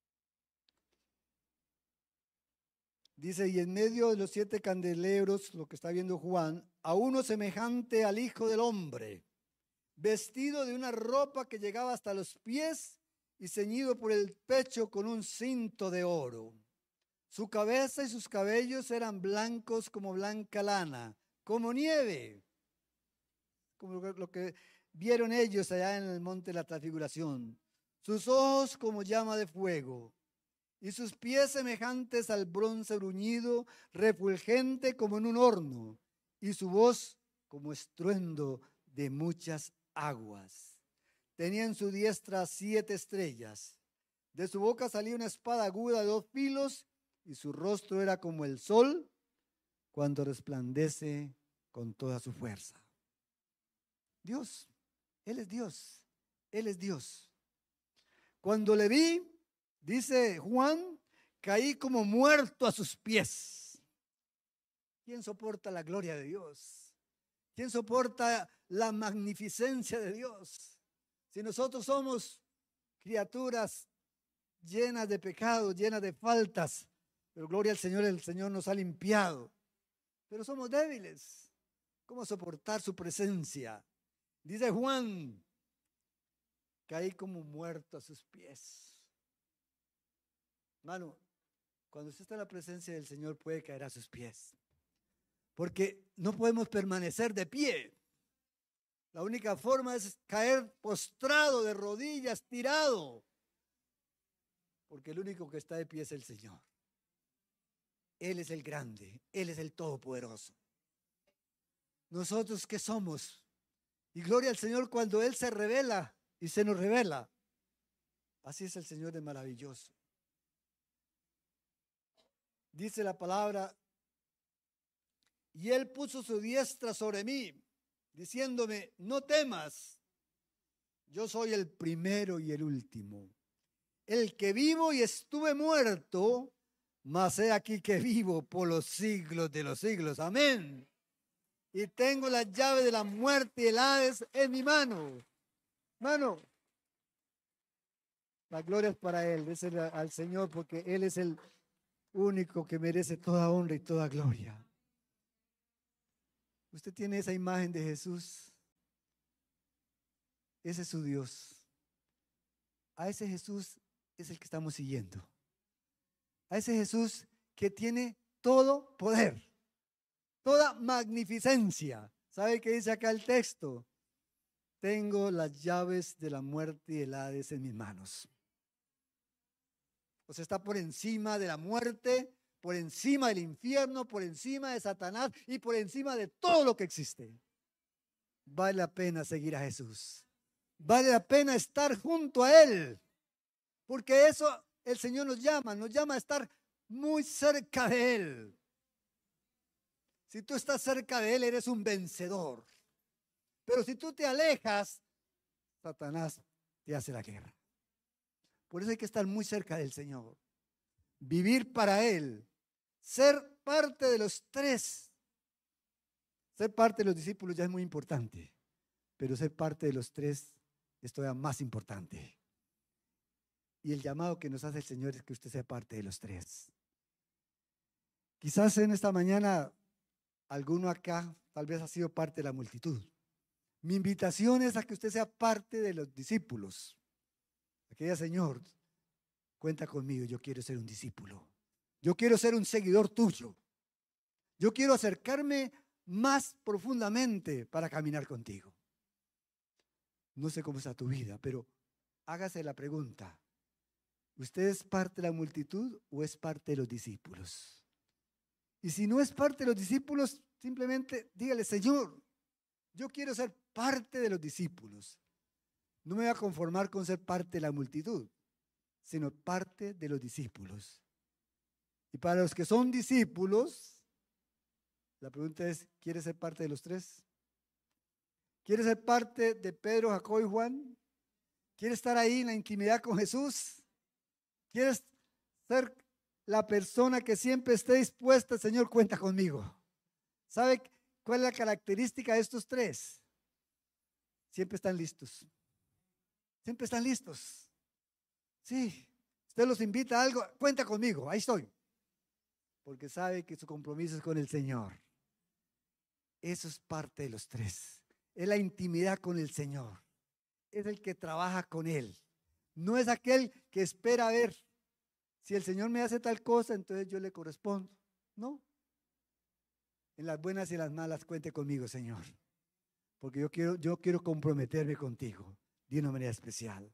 Dice: y en medio de los siete candelabros, lo que está viendo Juan, a uno semejante al Hijo del Hombre, vestido de una ropa que llegaba hasta los pies y ceñido por el pecho con un cinto de oro. Su cabeza y sus cabellos eran blancos como blanca lana, como nieve, como lo que vieron ellos allá en el monte de la transfiguración. Sus ojos como llama de fuego, y sus pies semejantes al bronce bruñido, refulgente como en un horno, y su voz como estruendo de muchas aguas. Tenía en su diestra siete estrellas. De su boca salía una espada aguda de dos filos, y su rostro era como el sol cuando resplandece con toda su fuerza. Dios, Él es Dios, Él es Dios. Cuando le vi, dice Juan, caí como muerto a sus pies. ¿Quién soporta la gloria de Dios? ¿Quién soporta la magnificencia de Dios? Si nosotros somos criaturas llenas de pecados, llenas de faltas, pero gloria al Señor, el Señor nos ha limpiado. Pero somos débiles. ¿Cómo soportar su presencia? Dice Juan, caí como muerto a sus pies. Hermano, cuando usted está en la presencia del Señor puede caer a sus pies. Porque no podemos permanecer de pie. La única forma es caer postrado, de rodillas, tirado. Porque el único que está de pie es el Señor. Él es el grande, Él es el todopoderoso. ¿Nosotros qué somos? Y gloria al Señor cuando Él se revela y se nos revela. Así es el Señor de maravilloso. Dice la palabra, y Él puso su diestra sobre mí, diciéndome, no temas, yo soy el primero y el último, el que vivo y estuve muerto, mas he aquí que vivo por los siglos de los siglos. Amén. Y tengo la llave de la muerte y el Hades en mi mano. Mano, la gloria es para Él, es el, al Señor, porque Él es el único que merece toda honra y toda gloria. Usted tiene esa imagen de Jesús. Ese es su Dios. A ese Jesús es el que estamos siguiendo. A ese Jesús que tiene todo poder, toda magnificencia. ¿Sabe qué dice acá el texto? Tengo las llaves de la muerte y el Hades en mis manos. O sea, está por encima de la muerte, por encima del infierno, por encima de Satanás y por encima de todo lo que existe. Vale la pena seguir a Jesús. Vale la pena estar junto a Él. Porque eso el Señor nos llama, nos llama a estar muy cerca de Él. Si tú estás cerca de Él, eres un vencedor. Pero si tú te alejas, Satanás te hace la guerra. Por eso hay que estar muy cerca del Señor. Vivir para Él. Ser parte de los tres. Ser parte de los discípulos ya es muy importante. Pero ser parte de los tres es todavía más importante. Y el llamado que nos hace el Señor es que usted sea parte de los tres. Quizás en esta mañana alguno acá tal vez ha sido parte de la multitud. Mi invitación es a que usted sea parte de los discípulos. Aquella, Señor, cuenta conmigo, yo quiero ser un discípulo. Yo quiero ser un seguidor tuyo. Yo quiero acercarme más profundamente para caminar contigo. No sé cómo está tu vida, pero hágase la pregunta. ¿Usted es parte de la multitud o es parte de los discípulos? Y si no es parte de los discípulos, simplemente dígale, Señor, yo quiero ser parte de los discípulos. No me voy a conformar con ser parte de la multitud, sino parte de los discípulos. Y para los que son discípulos, la pregunta es, ¿quieres ser parte de los tres? ¿Quieres ser parte de Pedro, Jacobo y Juan? ¿Quieres estar ahí en la intimidad con Jesús? ¿Quieres ser la persona que siempre esté dispuesta? Señor, cuenta conmigo. ¿Sabe cuál es la característica de estos tres? Siempre están listos. Siempre están listos. Sí, usted los invita a algo, cuenta conmigo, ahí estoy. Porque sabe que su compromiso es con el Señor. Eso es parte de los tres. Es la intimidad con el Señor. Es el que trabaja con Él. No es aquel que espera a ver. Si el Señor me hace tal cosa, entonces yo le correspondo. No. En las buenas y en las malas, cuente conmigo, Señor. Porque yo quiero, yo quiero comprometerme contigo de una manera especial.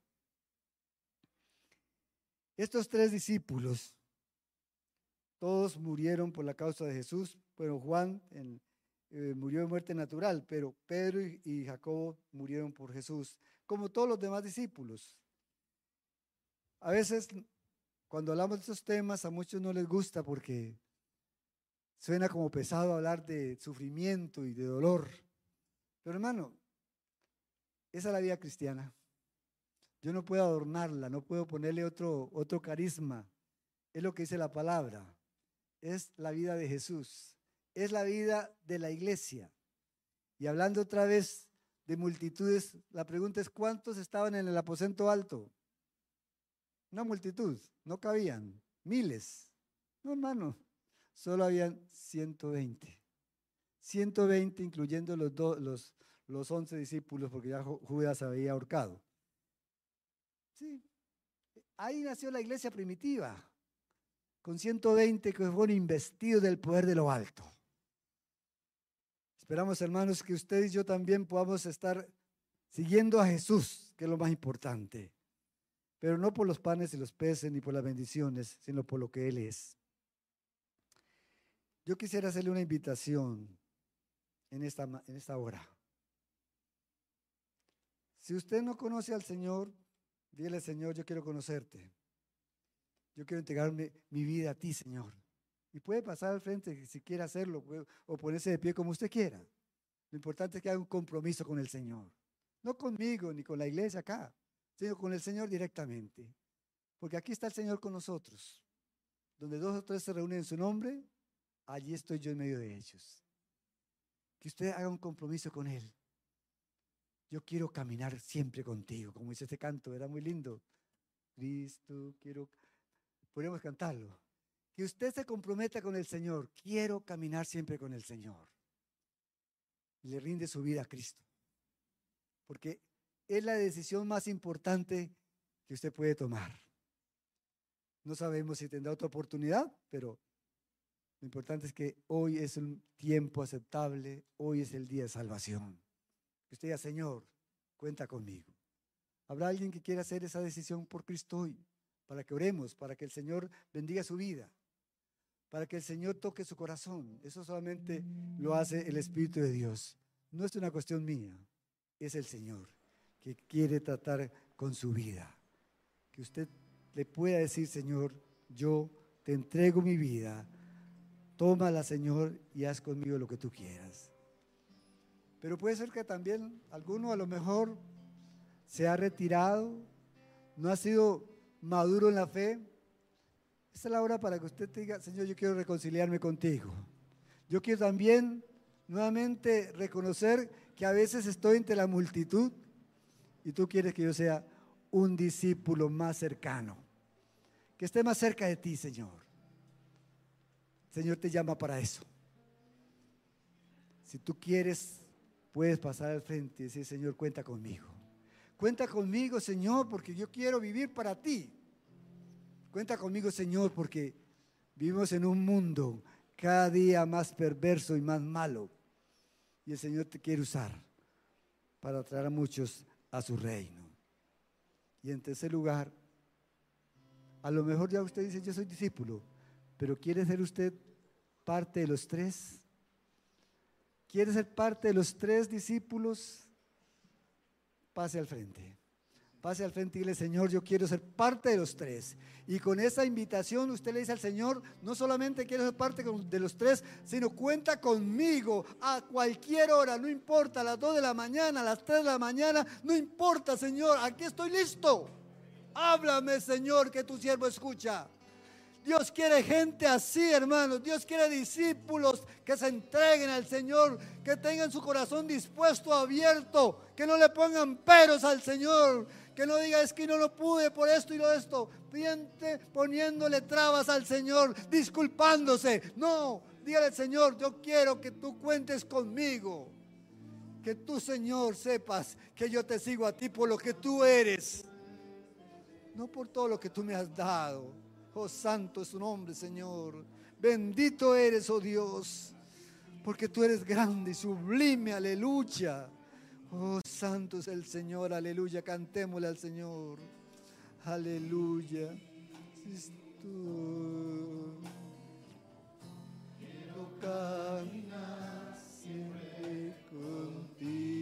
Estos tres discípulos, todos murieron por la causa de Jesús. Bueno, Juan en, eh, murió de muerte natural, pero Pedro y, y Jacobo murieron por Jesús, como todos los demás discípulos. A veces, cuando hablamos de estos temas, a muchos no les gusta porque suena como pesado hablar de sufrimiento y de dolor. Pero hermano, esa es la vida cristiana. Yo no puedo adornarla, no puedo ponerle otro, otro carisma. Es lo que dice la palabra. Es la vida de Jesús. Es la vida de la iglesia. Y hablando otra vez de multitudes, la pregunta es: ¿cuántos estaban en el aposento alto? Una multitud, no cabían, miles. No, hermano, solo habían ciento veinte. ciento veinte, incluyendo los, do, los, los once discípulos, porque ya Judas se había ahorcado. Sí, ahí nació la iglesia primitiva, con ciento veinte que fueron investidos del poder de lo alto. Esperamos, hermanos, que ustedes y yo también podamos estar siguiendo a Jesús, que es lo más importante, pero no por los panes y los peces ni por las bendiciones, sino por lo que Él es. Yo quisiera hacerle una invitación en esta, en esta hora. Si usted no conoce al Señor, dígale: Señor, yo quiero conocerte. Yo quiero entregarme mi vida a ti, Señor. Y puede pasar al frente si quiere hacerlo, puede, o ponerse de pie como usted quiera. Lo importante es que haga un compromiso con el Señor. No conmigo ni con la iglesia acá, sino con el Señor directamente. Porque aquí está el Señor con nosotros. Donde dos o tres se reúnen en su nombre, allí estoy yo en medio de ellos. Que usted haga un compromiso con Él. Yo quiero caminar siempre contigo, como dice este canto, era muy lindo. Cristo, quiero, podríamos cantarlo. Que usted se comprometa con el Señor. Quiero caminar siempre con el Señor. Y le rinde su vida a Cristo. Porque es la decisión más importante que usted puede tomar. No sabemos si tendrá otra oportunidad, pero lo importante es que hoy es un tiempo aceptable, hoy es el día de salvación. Que usted diga: Señor, cuenta conmigo. ¿Habrá alguien que quiera hacer esa decisión por Cristo hoy? Para que oremos, para que el Señor bendiga su vida, para que el Señor toque su corazón. Eso solamente lo hace el Espíritu de Dios. No es una cuestión mía, es el Señor que quiere tratar con su vida. Que usted le pueda decir: Señor, yo te entrego mi vida, tómala, Señor, y haz conmigo lo que tú quieras. Pero puede ser que también alguno a lo mejor se ha retirado, no ha sido maduro en la fe. Esta es la hora para que usted te diga: Señor, yo quiero reconciliarme contigo. Yo quiero también nuevamente reconocer que a veces estoy entre la multitud y tú quieres que yo sea un discípulo más cercano, que esté más cerca de ti, Señor. El Señor te llama para eso. Si tú quieres, puedes pasar al frente y decir: Señor, cuenta conmigo. Cuenta conmigo, Señor, porque yo quiero vivir para ti. Cuenta conmigo, Señor, porque vivimos en un mundo cada día más perverso y más malo. Y el Señor te quiere usar para traer a muchos a su reino. Y en tercer lugar, a lo mejor ya usted dice: yo soy discípulo, pero ¿quiere ser usted parte de los tres? ¿Quiere ser parte de los tres discípulos? Pase al frente. Pase al frente y dile: Señor, yo quiero ser parte de los tres. Y con esa invitación usted le dice al Señor: no solamente quiero ser parte de los tres, sino cuenta conmigo a cualquier hora, no importa, a las dos de la mañana, a las tres de la mañana, no importa, Señor, aquí estoy listo. Háblame, Señor, que tu siervo escucha. Dios quiere gente así, hermanos. Dios quiere discípulos que se entreguen al Señor, que tengan su corazón dispuesto, abierto, que no le pongan peros al Señor, que no diga: es que no lo pude por esto y lo esto, poniéndole trabas al Señor, disculpándose. No, dígale al Señor: yo quiero que tú cuentes conmigo, que tú, Señor, sepas que yo te sigo a ti por lo que tú eres, no por todo lo que tú me has dado. Oh, santo es tu nombre, Señor. Bendito eres, oh Dios, porque tú eres grande y sublime, aleluya. Oh, santo es el Señor, aleluya. Cantémosle al Señor, aleluya. Tú quiero caminar siempre contigo.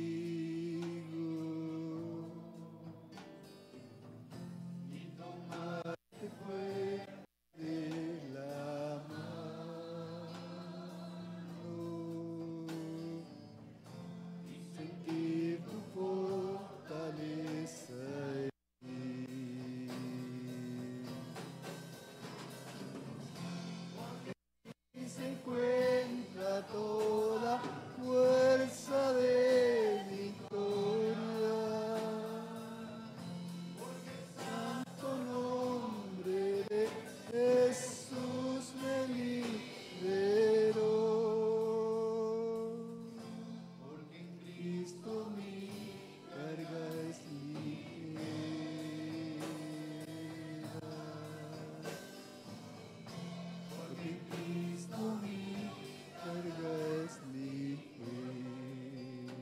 Cristo mi carga es ligera, porque en Cristo mi carga es ligera.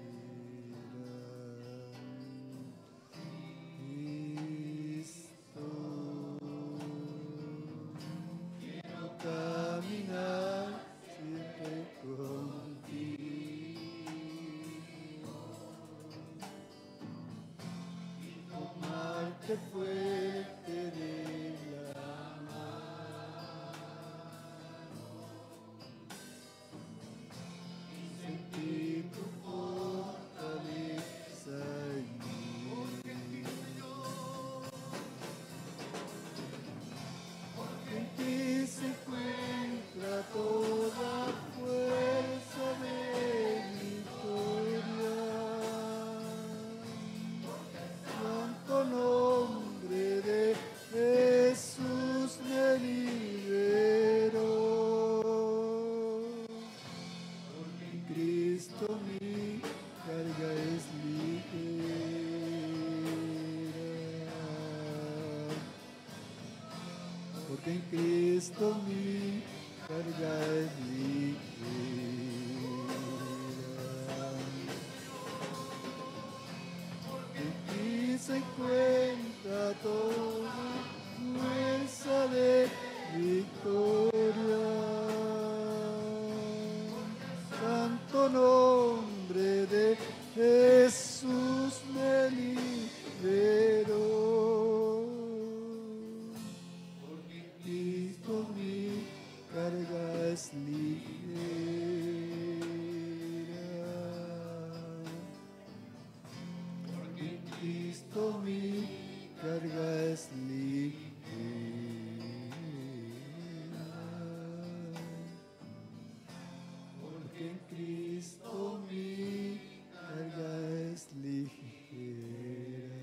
Cristo, quiero caminar siempre contigo, tomarte fuerte de la mano y sentir tu fortaleza en mí. En ti se encuentra toda fuerza de victoria. Santo nombre de Jesús me liberó, porque en Cristo mi carga es ligera, porque en Cristo mi carga es ligera. En ti se encuentra toda fuerza de victoria. Santo nombre de Jesús me liberó, porque en Cristo mi carga es ligera, porque en Cristo mi carga es ligera, porque en Cristo mi carga es ligera.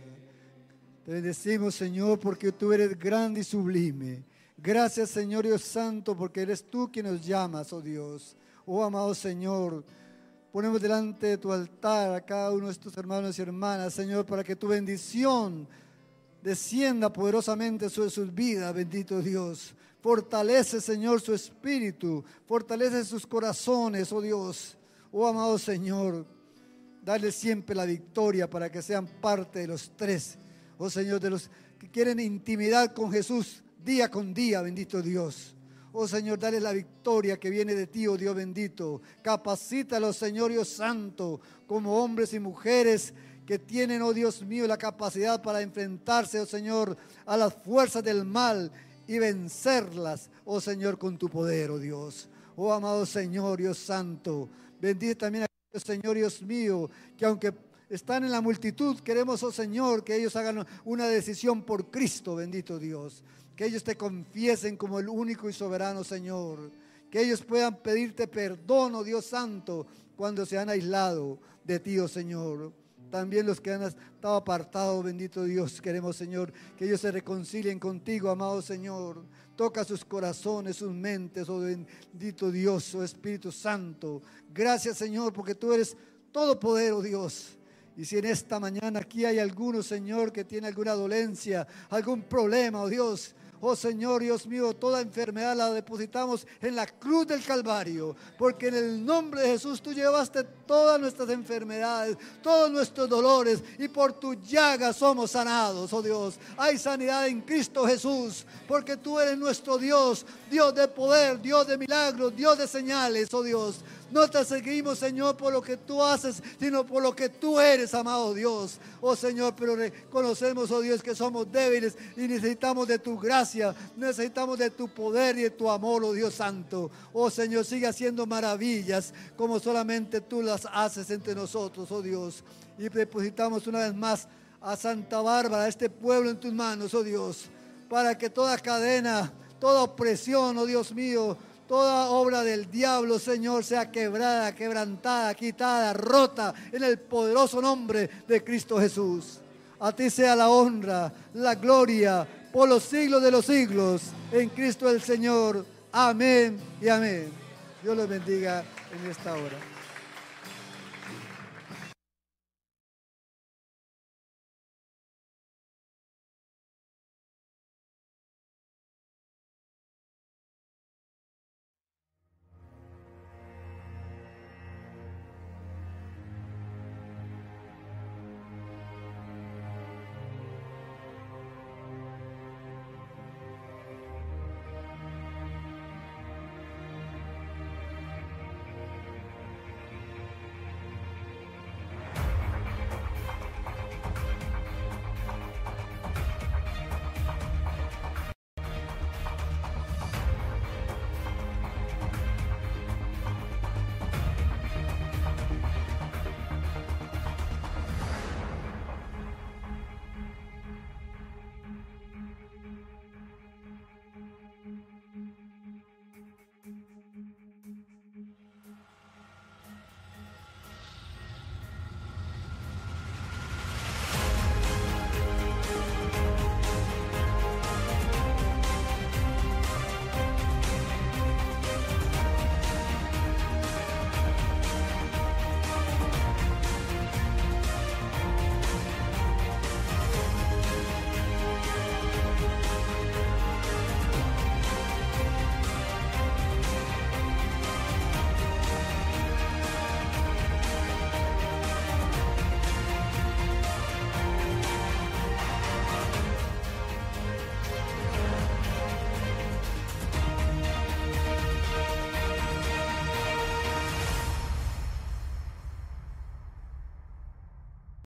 Te bendecimos, Señor, porque tú eres grande y sublime. Gracias, Señor Dios Santo, porque eres tú quien nos llamas, oh Dios. Oh amado Señor, ponemos delante de tu altar a cada uno de estos hermanos y hermanas, Señor, para que tu bendición descienda poderosamente sobre sus vidas, bendito Dios. Fortalece, Señor, su espíritu, fortalece sus corazones, oh Dios. Oh amado Señor, dale siempre la victoria para que sean parte de los tres, oh Señor, de los que quieren intimidad con Jesús día con día, bendito Dios. Oh Señor, dale la victoria que viene de ti, oh Dios bendito. Capacítalos, Señor Dios Santo, como hombres y mujeres que tienen, oh Dios mío, la capacidad para enfrentarse, oh Señor, a las fuerzas del mal y vencerlas, oh Señor, con tu poder, oh Dios. Oh amado Señor Dios Santo, bendice también a aquellos, Señor Dios mío, que aunque están en la multitud, queremos, oh Señor, que ellos hagan una decisión por Cristo, bendito Dios. Que ellos te confiesen como el único y soberano Señor. Que ellos puedan pedirte perdón, oh Dios Santo, cuando se han aislado de ti, oh Señor. También los que han estado apartados, bendito Dios, queremos, Señor, que ellos se reconcilien contigo, amado Señor. Toca sus corazones, sus mentes, oh bendito Dios, oh Espíritu Santo. Gracias, Señor, porque tú eres todo poder, oh Dios. Y si en esta mañana aquí hay alguno, Señor, que tiene alguna dolencia, algún problema, oh Dios, oh Señor, Dios mío, toda enfermedad la depositamos en la cruz del Calvario, porque en el nombre de Jesús tú llevaste todas nuestras enfermedades, todos nuestros dolores, y por tu llaga somos sanados, oh Dios. Hay sanidad en Cristo Jesús, porque tú eres nuestro Dios, Dios de poder, Dios de milagros, Dios de señales, oh Dios. No te seguimos, Señor, por lo que tú haces, sino por lo que tú eres, amado Dios. Oh Señor, pero reconocemos, oh Dios, que somos débiles y necesitamos de tu gracia, necesitamos de tu poder y de tu amor, oh Dios Santo. Oh Señor, sigue haciendo maravillas como solamente tú las haces entre nosotros, oh Dios. Y depositamos una vez más a Santa Bárbara, a este pueblo en tus manos, oh Dios, para que toda cadena, toda opresión, oh Dios mío, toda obra del diablo, Señor, sea quebrada, quebrantada, quitada, rota en el poderoso nombre de Cristo Jesús. A ti sea la honra, la gloria por los siglos de los siglos en Cristo el Señor. Amén y amén. Dios los bendiga en esta hora.